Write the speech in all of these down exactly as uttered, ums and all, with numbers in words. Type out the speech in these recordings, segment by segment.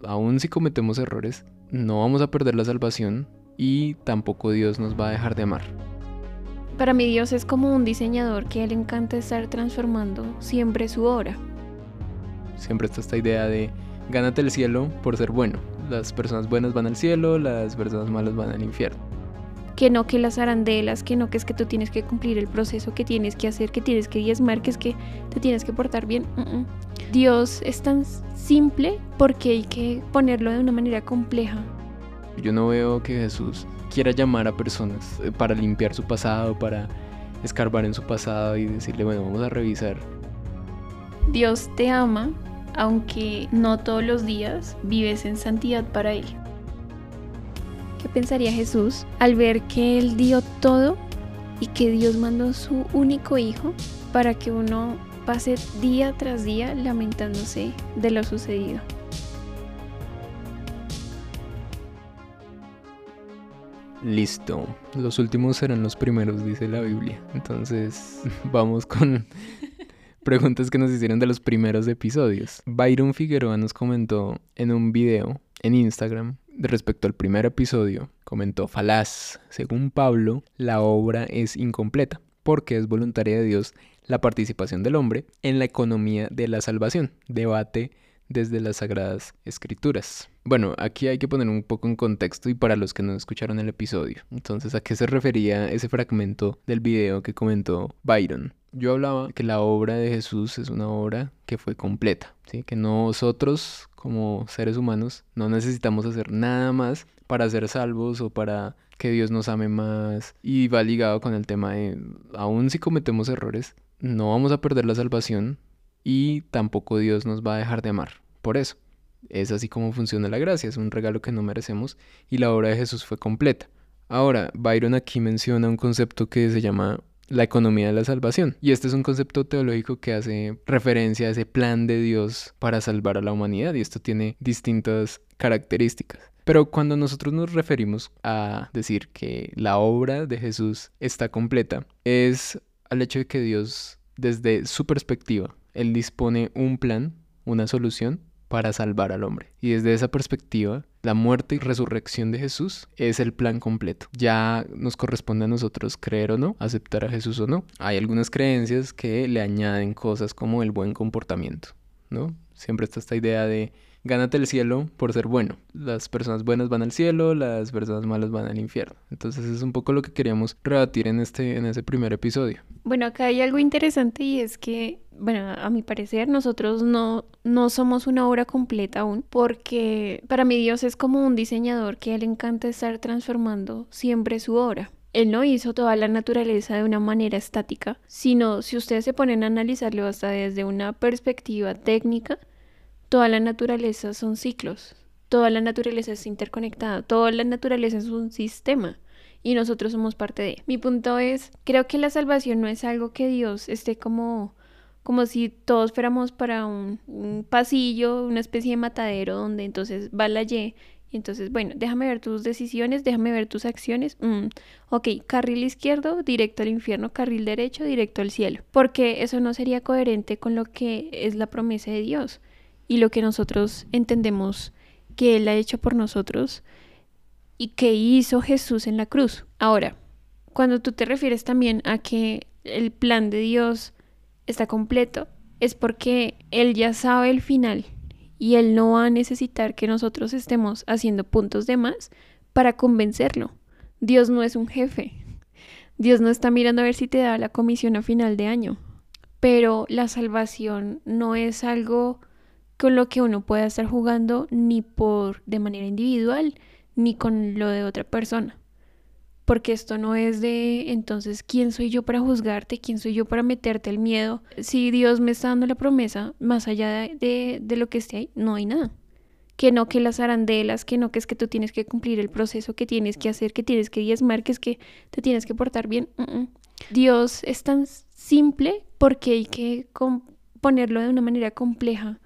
aún si cometemos errores, no vamos a perder la salvación y tampoco Dios nos va a dejar de amar. Para mí Dios es como un diseñador que a él le encanta estar transformando siempre su obra. Siempre está esta idea de gánate el cielo por ser bueno. Las personas buenas van al cielo, las personas malas van al infierno. Que no que las arandelas, que no que es que tú tienes que cumplir el proceso que tienes que hacer, que tienes que diezmar, que es que te tienes que portar bien. Uh-uh. Dios es tan simple porque hay que ponerlo de una manera compleja. Yo no veo que Jesús quiera llamar a personas para limpiar su pasado, para escarbar en su pasado y decirle, bueno, vamos a revisar. Dios te ama, aunque no todos los días vives en santidad para Él. ¿Qué pensaría Jesús al ver que Él dio todo y que Dios mandó su único hijo para que uno pase día tras día lamentándose de lo sucedido? Listo, los últimos serán los primeros, dice la Biblia. Entonces vamos con preguntas que nos hicieron de los primeros episodios. Byron Figueroa nos comentó en un video en Instagram respecto al primer episodio. Comentó: falaz, según Pablo, la obra es incompleta porque es voluntaria de Dios la participación del hombre en la economía de la salvación. Debate desde las Sagradas Escrituras. Bueno, aquí hay que poner un poco en contexto y para los que no escucharon el episodio. Entonces, ¿a qué se refería ese fragmento del video que comentó Byron? Yo hablaba que la obra de Jesús es una obra que fue completa, ¿sí? Que nosotros, como seres humanos, no necesitamos hacer nada más para ser salvos o para que Dios nos ame más. Y va ligado con el tema de, aún si cometemos errores, no vamos a perder la salvación y tampoco Dios nos va a dejar de amar. Por eso, es así como funciona la gracia, es un regalo que no merecemos y la obra de Jesús fue completa. Ahora, Byron aquí menciona un concepto que se llama la economía de la salvación. Y este es un concepto teológico que hace referencia a ese plan de Dios para salvar a la humanidad, y esto tiene distintas características. Pero cuando nosotros nos referimos a decir que la obra de Jesús está completa, es al hecho de que Dios, desde su perspectiva, Él dispone un plan, una solución para salvar al hombre. Y desde esa perspectiva, la muerte y resurrección de Jesús es el plan completo. Ya nos corresponde a nosotros creer o no, aceptar a Jesús o no. Hay algunas creencias que le añaden cosas como el buen comportamiento, ¿no? Siempre está esta idea de gánate el cielo por ser bueno. Las personas buenas van al cielo, las personas malas van al infierno. Entonces es un poco lo que queríamos rebatir en este, en ese primer episodio. Bueno, acá hay algo interesante y es que, bueno, a mi parecer nosotros no, no somos una obra completa aún, porque para mí Dios es como un diseñador que a él le encanta estar transformando siempre su obra. Él no hizo toda la naturaleza de una manera estática, sino si ustedes se ponen a analizarlo hasta desde una perspectiva técnica, toda la naturaleza son ciclos, toda la naturaleza es interconectada, toda la naturaleza es un sistema y nosotros somos parte de. Mi punto es, creo que la salvación no es algo que Dios esté como, como si todos fuéramos para un, un pasillo, una especie de matadero donde entonces va la Y. Y entonces, bueno, déjame ver tus decisiones, déjame ver tus acciones. Mm, ok, carril izquierdo, directo al infierno, carril derecho, directo al cielo. Porque eso no sería coherente con lo que es la promesa de Dios y lo que nosotros entendemos que Él ha hecho por nosotros y que hizo Jesús en la cruz. Ahora, cuando tú te refieres también a que el plan de Dios está completo, es porque Él ya sabe el final. Y Él no va a necesitar que nosotros estemos haciendo puntos de más para convencerlo. Dios no es un jefe. Dios no está mirando a ver si te da la comisión a final de año. Pero la salvación no es algo con lo que uno pueda estar jugando ni por de manera individual, ni con lo de otra persona. Porque esto no es de, entonces, ¿quién soy yo para juzgarte? ¿Quién soy yo para meterte el miedo? Si Dios me está dando la promesa, más allá de, de, de lo que esté ahí, no hay nada. Que no que las arandelas, que no que es que tú tienes que cumplir el proceso que tienes que hacer, que tienes que diezmar, que es que te tienes que portar bien. Uh-uh. Dios es tan simple porque hay que com- ponerlo de una manera compleja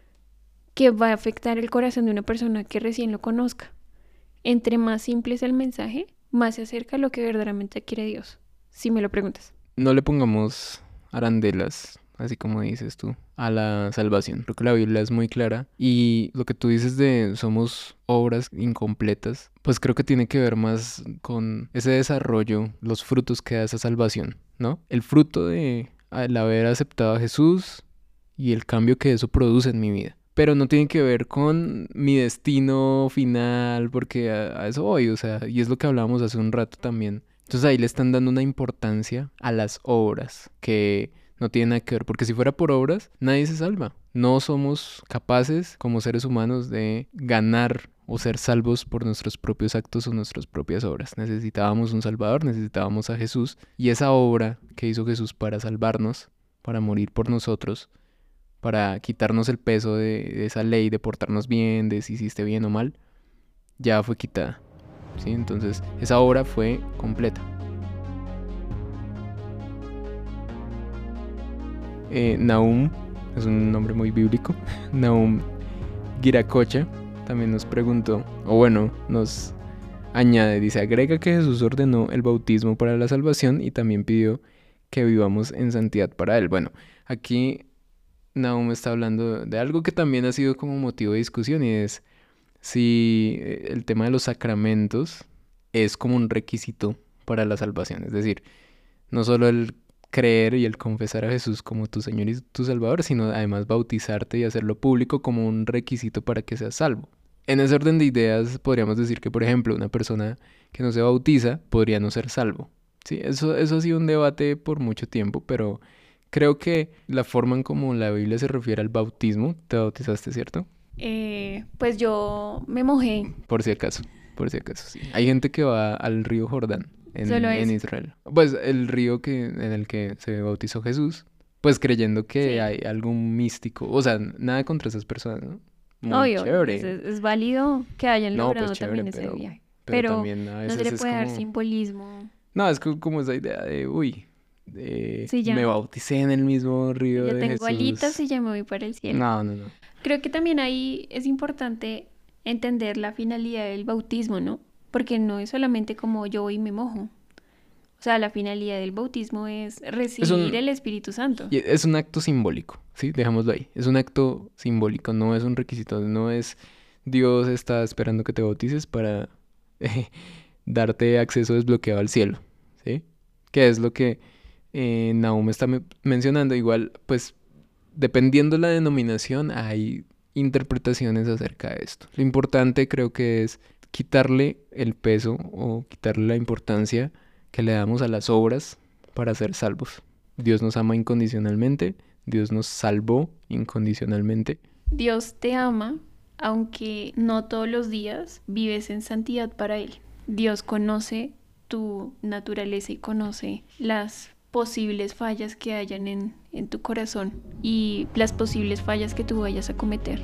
que va a afectar el corazón de una persona que recién lo conozca. Entre más simple es el mensaje, más se acerca a lo que verdaderamente quiere Dios, si me lo preguntas. No le pongamos arandelas así como dices tú, a la salvación. Creo que la Biblia es muy clara y lo que tú dices de somos obras incompletas, pues creo que tiene que ver más con ese desarrollo, los frutos que da esa salvación, ¿no? El fruto de el haber aceptado a Jesús y el cambio que eso produce en mi vida. Pero no tiene que ver con mi destino final, porque a, a eso voy, o sea, y es lo que hablábamos hace un rato también. Entonces ahí le están dando una importancia a las obras que no tienen nada que ver, porque si fuera por obras, nadie se salva. No somos capaces como seres humanos de ganar o ser salvos por nuestros propios actos o nuestras propias obras. Necesitábamos un Salvador, necesitábamos a Jesús, y esa obra que hizo Jesús para salvarnos, para morir por nosotros, para quitarnos el peso de, de esa ley de portarnos bien, de si hiciste bien o mal, ya fue quitada, ¿sí? Entonces esa obra fue completa. Eh, Nahum, es un nombre muy bíblico, Nahum Giracocha también nos preguntó, o bueno, nos añade, dice, agrega que Jesús ordenó el bautismo para la salvación y también pidió que vivamos en santidad para él. Bueno, aquí Nahum está hablando de algo que también ha sido como motivo de discusión, y es si el tema de los sacramentos es como un requisito para la salvación. Es decir, no solo el creer y el confesar a Jesús como tu Señor y tu Salvador, sino además bautizarte y hacerlo público como un requisito para que seas salvo. En ese orden de ideas podríamos decir que, por ejemplo, una persona que no se bautiza podría no ser salvo. Sí, eso, eso ha sido un debate por mucho tiempo, pero creo que la forma en como la Biblia se refiere al bautismo, te bautizaste, ¿cierto? Eh, pues yo me mojé. Por si acaso, por si acaso, sí. Hay gente que va al río Jordán en, Solo en eso. Israel. Pues el río que, en el que se bautizó Jesús, pues creyendo que Sí. hay algún místico, o sea, nada contra esas personas, ¿no? Muy Obvio, chévere. es, es- es válido que hayan No, logrado pues chévere, también ese pero, viaje. pero Pero también a no veces se le es puede dar como... simbolismo. No, es co- como esa idea de, uy, de, Sí, ya. me bauticé en el mismo río Ya de tengo alitas Jesús. y ya me voy para el cielo. No, no, no. Creo que también ahí es importante entender la finalidad del bautismo, ¿no? Porque no es solamente como yo voy y me mojo. O sea, la finalidad del bautismo es Es recibir un, el Espíritu Santo. y es un acto simbólico, ¿sí? Dejámoslo ahí. Es un acto simbólico, no es un requisito, no es Dios está esperando que te bautices para eh, darte acceso desbloqueado al cielo, ¿sí? Que es lo que eh, Nahum está me- mencionando. Igual, pues, dependiendo la denominación, hay interpretaciones acerca de esto. Lo importante creo que es quitarle el peso o quitarle la importancia que le damos a las obras para ser salvos. Dios nos ama incondicionalmente, Dios nos salvó incondicionalmente. Dios te ama, aunque no todos los días vives en santidad para Él. Dios conoce tu naturaleza y conoce las posibles fallas que hayan en, en tu corazón y las posibles fallas que tú vayas a cometer.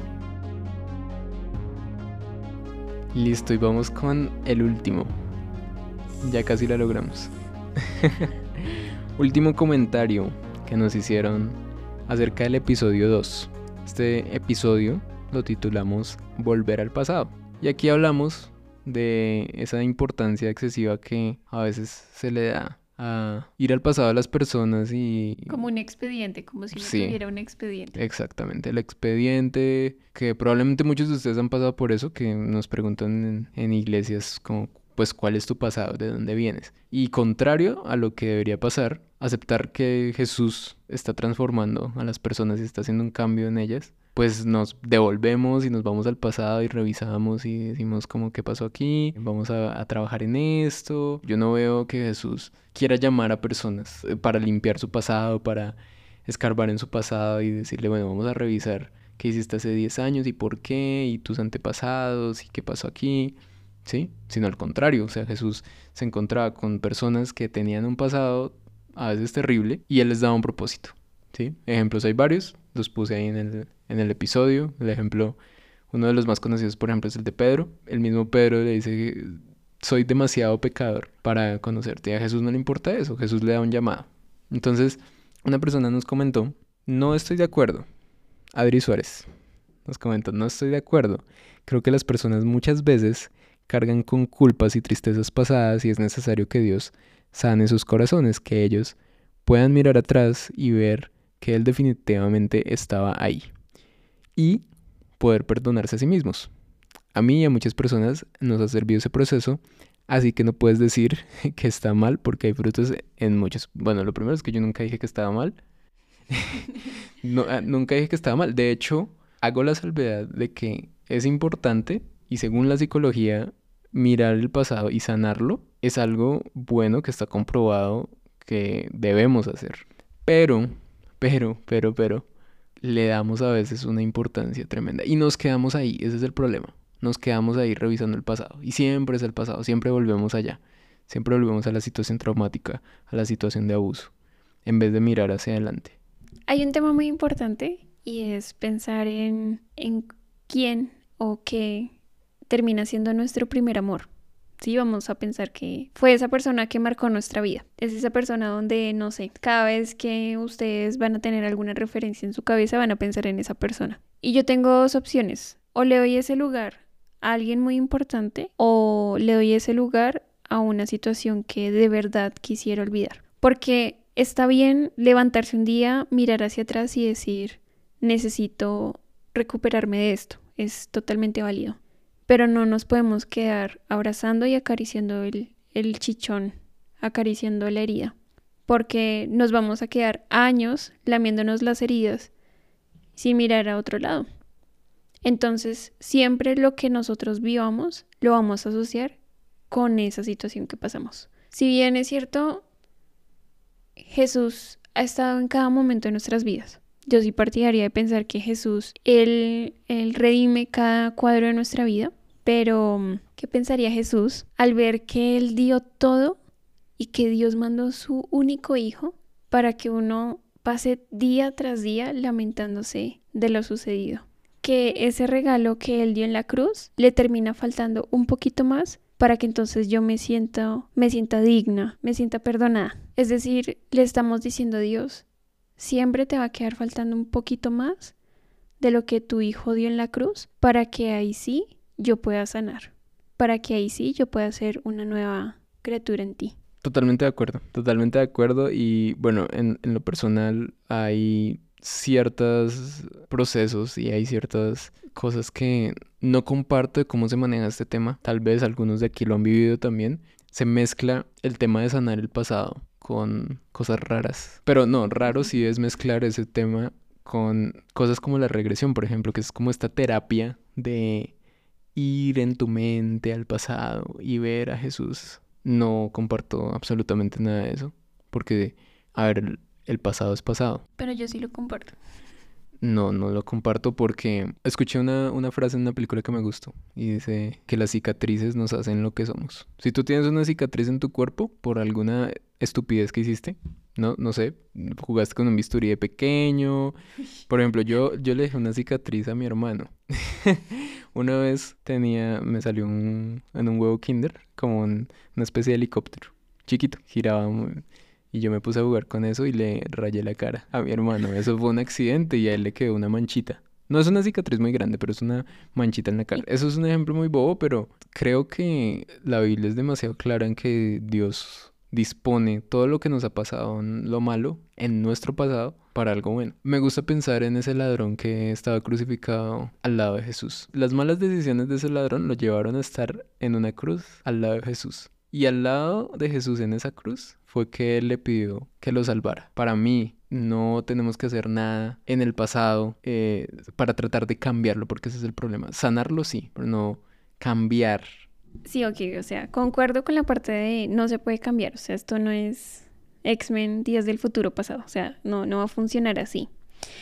Listo, y vamos con el último. Ya casi la logramos. Último comentario que nos hicieron acerca del episodio dos. Este episodio lo titulamos Volver al pasado. Y aquí hablamos de esa importancia excesiva que a veces se le da a ir al pasado a las personas y... Como un expediente, como si no Sí. tuviera un expediente. Exactamente, el expediente, que probablemente muchos de ustedes han pasado por eso, que nos preguntan en, en iglesias como, pues, ¿cuál es tu pasado? ¿De dónde vienes? Y contrario a lo que debería pasar, aceptar que Jesús está transformando a las personas y está haciendo un cambio en ellas, pues nos devolvemos y nos vamos al pasado y revisamos y decimos como qué pasó aquí, vamos a, a trabajar en esto. Yo no veo que Jesús quiera llamar a personas eh, para limpiar su pasado, para escarbar en su pasado y decirle, bueno, vamos a revisar qué hiciste hace diez años y por qué, y tus antepasados y qué pasó aquí, ¿sí? Sino al contrario, o sea, Jesús se encontraba con personas que tenían un pasado a veces terrible y Él les daba un propósito, ¿sí? Ejemplos hay varios, los puse ahí en el, en el episodio. El ejemplo, uno de los más conocidos, por ejemplo, es el de Pedro. El mismo Pedro le dice, soy demasiado pecador para conocerte. Y a Jesús no le importa eso, Jesús le da un llamado. Entonces, una persona nos comentó, no estoy de acuerdo. Adri Suárez nos comentó, no estoy de acuerdo. Creo que las personas muchas veces cargan con culpas y tristezas pasadas y es necesario que Dios sane sus corazones, que ellos puedan mirar atrás y ver que él definitivamente estaba ahí y poder perdonarse a sí mismos. A mí y a muchas personas nos ha servido ese proceso, así que no puedes decir que está mal porque hay frutos en muchos. Bueno, lo primero es que yo nunca dije que estaba mal. No, ah, nunca dije que estaba mal. De hecho, hago la salvedad de que es importante y según la psicología, mirar el pasado y sanarlo es algo bueno que está comprobado que debemos hacer. Pero, pero, pero, pero, le damos a veces una importancia tremenda y nos quedamos ahí. Ese es el problema. Nos quedamos ahí revisando el pasado y siempre es el pasado, siempre volvemos allá. Siempre volvemos a la situación traumática, a la situación de abuso, en vez de mirar hacia adelante. Hay un tema muy importante y es pensar en, en quién o qué termina siendo nuestro primer amor. Sí, vamos a pensar que fue esa persona que marcó nuestra vida. Es esa persona donde, no sé, cada vez que ustedes van a tener alguna referencia en su cabeza van a pensar en esa persona. Y yo tengo dos opciones. O le doy ese lugar a alguien muy importante o le doy ese lugar a una situación que de verdad quisiera olvidar. Porque está bien levantarse un día, mirar hacia atrás y decir, necesito recuperarme de esto. Es totalmente válido. Pero no nos podemos quedar abrazando y acariciando el, el chichón, acariciando la herida. Porque nos vamos a quedar años lamiéndonos las heridas sin mirar a otro lado. Entonces, siempre lo que nosotros vivamos lo vamos a asociar con esa situación que pasamos. Si bien es cierto, Jesús ha estado en cada momento de nuestras vidas. Yo soy partidaria de pensar que Jesús, Él, él redime cada cuadro de nuestra vida. Pero, ¿qué pensaría Jesús al ver que Él dio todo y que Dios mandó su único hijo para que uno pase día tras día lamentándose de lo sucedido? Que ese regalo que Él dio en la cruz le termina faltando un poquito más para que entonces yo me sienta, me sienta digna, me sienta perdonada. Es decir, le estamos diciendo a Dios, siempre te va a quedar faltando un poquito más de lo que tu hijo dio en la cruz para que ahí sí yo pueda sanar, para que ahí sí yo pueda ser una nueva criatura en ti. Totalmente de acuerdo, totalmente de acuerdo. Y bueno, en, en lo personal hay ciertos procesos y hay ciertas cosas que no comparto de cómo se maneja este tema. Tal vez algunos de aquí lo han vivido también. Se mezcla el tema de sanar el pasado con cosas raras. Pero no, raro sí es mezclar ese tema con cosas como la regresión, por ejemplo, que es como esta terapia de ir en tu mente al pasado y ver a Jesús. No comparto absolutamente nada de eso, porque, a ver, el pasado es pasado. Pero yo sí lo comparto. No, no lo comparto porque escuché una, una frase en una película que me gustó y dice que las cicatrices nos hacen lo que somos. Si tú tienes una cicatriz en tu cuerpo por alguna estupidez que hiciste, no, no sé, jugaste con un bisturí de pequeño. Por ejemplo, yo, yo le dejé una cicatriz a mi hermano. Una vez tenía, me salió un, en un huevo Kinder como un- una especie de helicóptero, chiquito, giraba muy- y yo me puse a jugar con eso y le rayé la cara a mi hermano. Eso fue un accidente y a él le quedó una manchita. No es una cicatriz muy grande, pero es una manchita en la cara. Eso es un ejemplo muy bobo, pero creo que la Biblia es demasiado clara en que Dios dispone todo lo que nos ha pasado, en lo malo, en nuestro pasado, para algo bueno. Me gusta pensar en ese ladrón que estaba crucificado al lado de Jesús. Las malas decisiones de ese ladrón lo llevaron a estar en una cruz al lado de Jesús. Y al lado de Jesús en esa cruz fue que él le pidió que lo salvara. Para mí, no tenemos que hacer nada en el pasado eh, para tratar de cambiarlo, porque ese es el problema. Sanarlo sí, pero no cambiar. Sí, ok, o sea, concuerdo con la parte de no se puede cambiar, o sea, esto no es X-Men Días del Futuro Pasado, o sea, no, no va a funcionar así.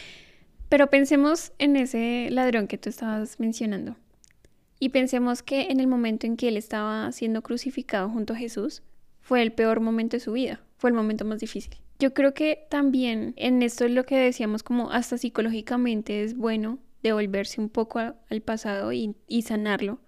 Pero pensemos en ese ladrón que tú estabas mencionando y pensemos que en el momento en que él estaba siendo crucificado junto a Jesús, fue el peor momento de su vida, fue el momento más difícil. Yo creo que también en esto es lo que decíamos como hasta psicológicamente es bueno devolverse un poco a- al pasado y, y sanarlo.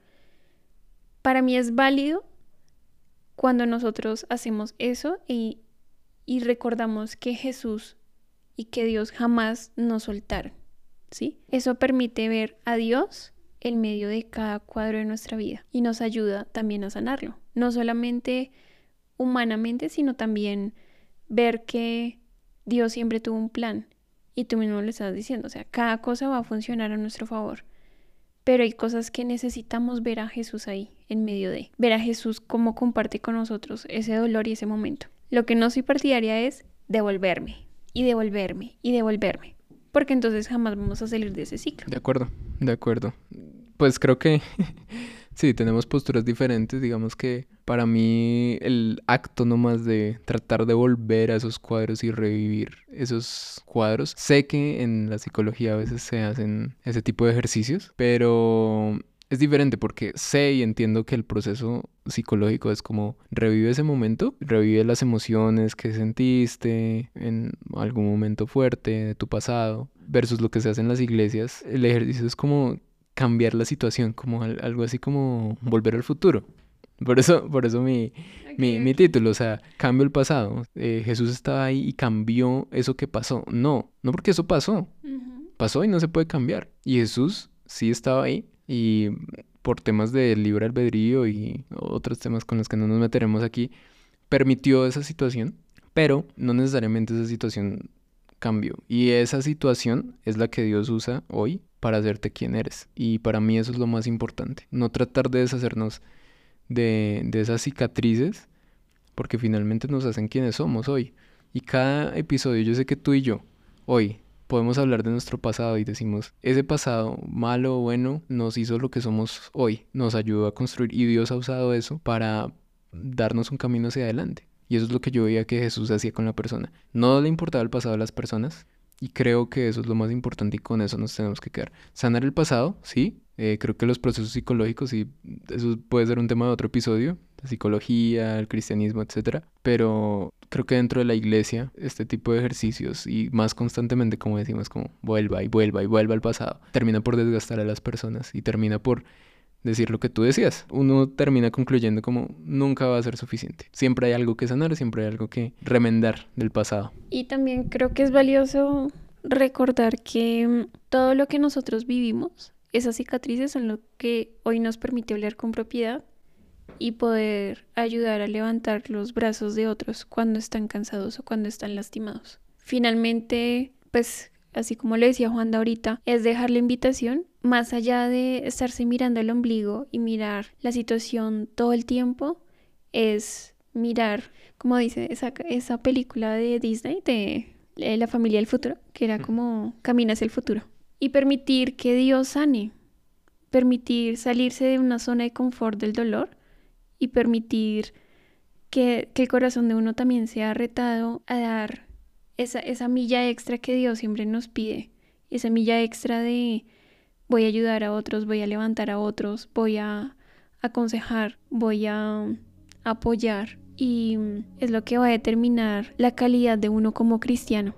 Para mí es válido cuando nosotros hacemos eso y, y recordamos que Jesús y que Dios jamás nos soltaron, ¿sí? Eso permite ver a Dios en medio de cada cuadro de nuestra vida y nos ayuda también a sanarlo. No solamente humanamente, sino también ver que Dios siempre tuvo un plan Y tú mismo lo estás diciendo, o sea, cada cosa va a funcionar a nuestro favor. Pero hay cosas que necesitamos ver a Jesús ahí, en medio de. Ver a Jesús cómo comparte con nosotros ese dolor y ese momento. Lo que no soy partidaria es devolverme, y devolverme, y devolverme. Porque entonces jamás vamos a salir de ese ciclo. De acuerdo, de acuerdo. Pues creo que sí, tenemos posturas diferentes. Digamos que para mí el acto nomás de tratar de volver a esos cuadros y revivir esos cuadros. Sé que en la psicología a veces se hacen ese tipo de ejercicios, pero es diferente porque sé y entiendo que el proceso psicológico es como revive ese momento, revive las emociones que sentiste en algún momento fuerte de tu pasado, versus lo que se hace en las iglesias. El ejercicio es como cambiar la situación, como al- algo así como volver al futuro. Por eso, por eso mi, mi, Ok, mi ok. título, o sea, cambio el pasado. Eh, Jesús estaba ahí y cambió eso que pasó. No, no porque eso pasó. Ujú. Pasó y no se puede cambiar. Y Jesús sí estaba ahí y por temas de libre albedrío y otros temas con los que no nos meteremos aquí, permitió esa situación, pero no necesariamente esa situación cambió. Y esa situación es la que Dios usa hoy para hacerte quien eres. Y para mí eso es lo más importante. No tratar de deshacernos de, de esas cicatrices, porque finalmente nos hacen quienes somos hoy. Y cada episodio, yo sé que tú y yo, hoy, podemos hablar de nuestro pasado y decimos, ese pasado, malo o bueno, nos hizo lo que somos hoy, nos ayudó a construir y Dios ha usado eso para darnos un camino hacia adelante. Y eso es lo que yo veía que Jesús hacía con la persona. No le importaba el pasado de las personas y creo que eso es lo más importante y con eso nos tenemos que quedar. Sanar el pasado, sí. Eh, creo que los procesos psicológicos, y eso puede ser un tema de otro episodio, la psicología, el cristianismo, etcétera. Pero creo que dentro de la iglesia, este tipo de ejercicios y más constantemente, como decimos, como vuelva y vuelva y vuelva al pasado, termina por desgastar a las personas y termina por decir lo que tú decías. Uno termina concluyendo como nunca va a ser suficiente. Siempre hay algo que sanar, siempre hay algo que remendar del pasado. Y también creo que es valioso recordar que mm, todo lo que nosotros vivimos, esas cicatrices son lo que hoy nos permite hablar con propiedad y poder ayudar a levantar los brazos de otros cuando están cansados o cuando están lastimados. Finalmente, pues así como lo decía Juan de ahorita, es dejar la invitación, más allá de estarse mirando el ombligo y mirar la situación todo el tiempo, es mirar, como dice esa, esa película de Disney de eh, La familia del futuro, que era como camina hacia el futuro, y permitir que Dios sane, permitir salirse de una zona de confort del dolor y permitir que, que el corazón de uno también sea retado a dar esa, esa milla extra que Dios siempre nos pide, esa milla extra de voy a ayudar a otros, voy a levantar a otros, voy a aconsejar, voy a apoyar, y es lo que va a determinar la calidad de uno como cristiano.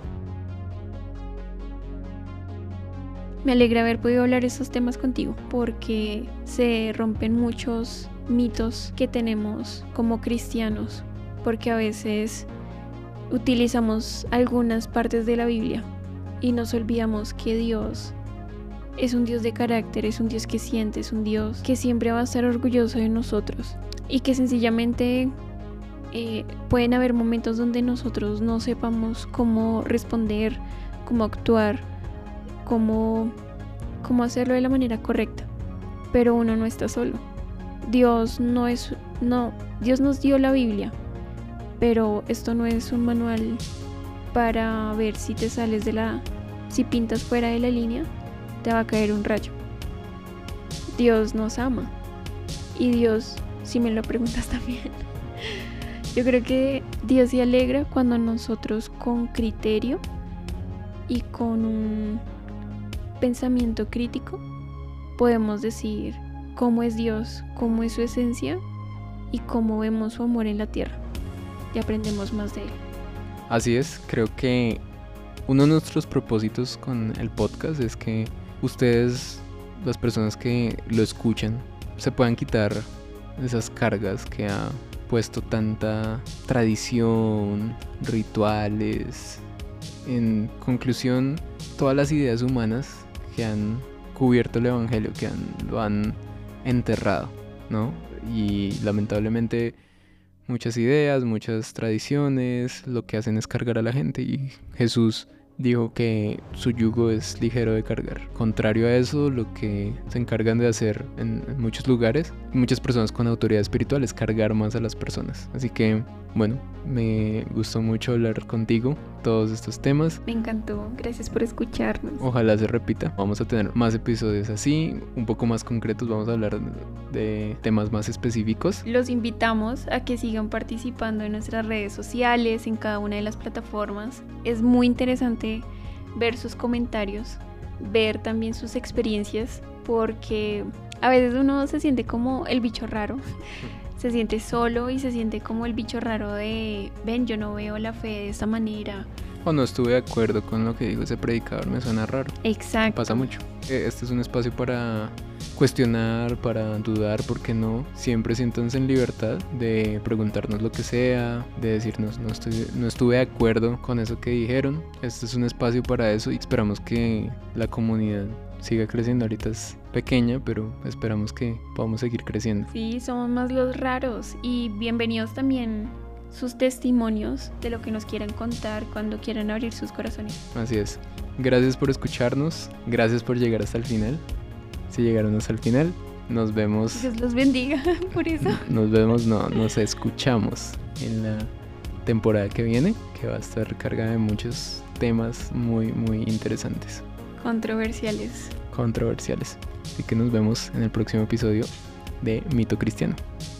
Me alegra haber podido hablar estos temas contigo porque se rompen muchos mitos que tenemos como cristianos, porque a veces utilizamos algunas partes de la Biblia y nos olvidamos que Dios es un Dios de carácter, es un Dios que siente, es un Dios que siempre va a estar orgulloso de nosotros y que sencillamente eh, pueden haber momentos donde nosotros no sepamos cómo responder, cómo actuar, cómo, cómo hacerlo de la manera correcta, pero uno no está solo. Dios no es, no, Dios nos dio la Biblia, pero esto no es un manual para ver si te sales de la, si pintas fuera de la línea, te va a caer un rayo. Dios nos ama y Dios, si me lo preguntas también, yo creo que Dios se alegra cuando nosotros con criterio y con un pensamiento crítico podemos decir cómo es Dios, cómo es su esencia y cómo vemos su amor en la tierra y aprendemos más de él. Así es, creo que uno de nuestros propósitos con el podcast es que ustedes, las personas que lo escuchan, se puedan quitar esas cargas que ha puesto tanta tradición, rituales. En conclusión, todas las ideas humanas que han cubierto el evangelio, que han, lo han enterrado, ¿no? Y lamentablemente muchas ideas, muchas tradiciones, lo que hacen es cargar a la gente y Jesús dijo que su yugo es ligero de cargar. Contrario a eso, lo que se encargan de hacer en, en muchos lugares, muchas personas con autoridad espiritual, es cargar más a las personas. Así que, bueno, me gustó mucho hablar contigo todos estos temas. Me encantó, gracias por escucharnos. Ojalá se repita. Vamos a tener más episodios así, un poco más concretos. Vamos a hablar de temas más específicos. Los invitamos a que sigan participando en nuestras redes sociales, en cada una de las plataformas. Es muy interesante ver sus comentarios, ver también sus experiencias, porque a veces uno se siente como el bicho raro. Se siente solo y se siente como el bicho raro de, ven, yo no veo la fe de esta manera. O no estuve de acuerdo con lo que dijo ese predicador, me suena raro. Exacto. Pasa mucho. Este es un espacio para cuestionar, para dudar, ¿por qué no? Siempre siéntanse en libertad de preguntarnos lo que sea, de decirnos, no, estoy, no estuve de acuerdo con eso que dijeron. Este es un espacio para eso y esperamos que la comunidad siga creciendo. Ahorita es pequeña, pero esperamos que podamos seguir creciendo. Sí, somos más los raros y bienvenidos también sus testimonios de lo que nos quieran contar cuando quieran abrir sus corazones. Así es. Gracias por escucharnos, gracias por llegar hasta el final. Si llegaron hasta el final, nos vemos. Dios los bendiga por eso. Nos vemos, no, nos escuchamos en la temporada que viene, que va a estar cargada de muchos temas muy, muy interesantes. Controversiales. Controversiales. Así que nos vemos en el próximo episodio de Mito Cristiano.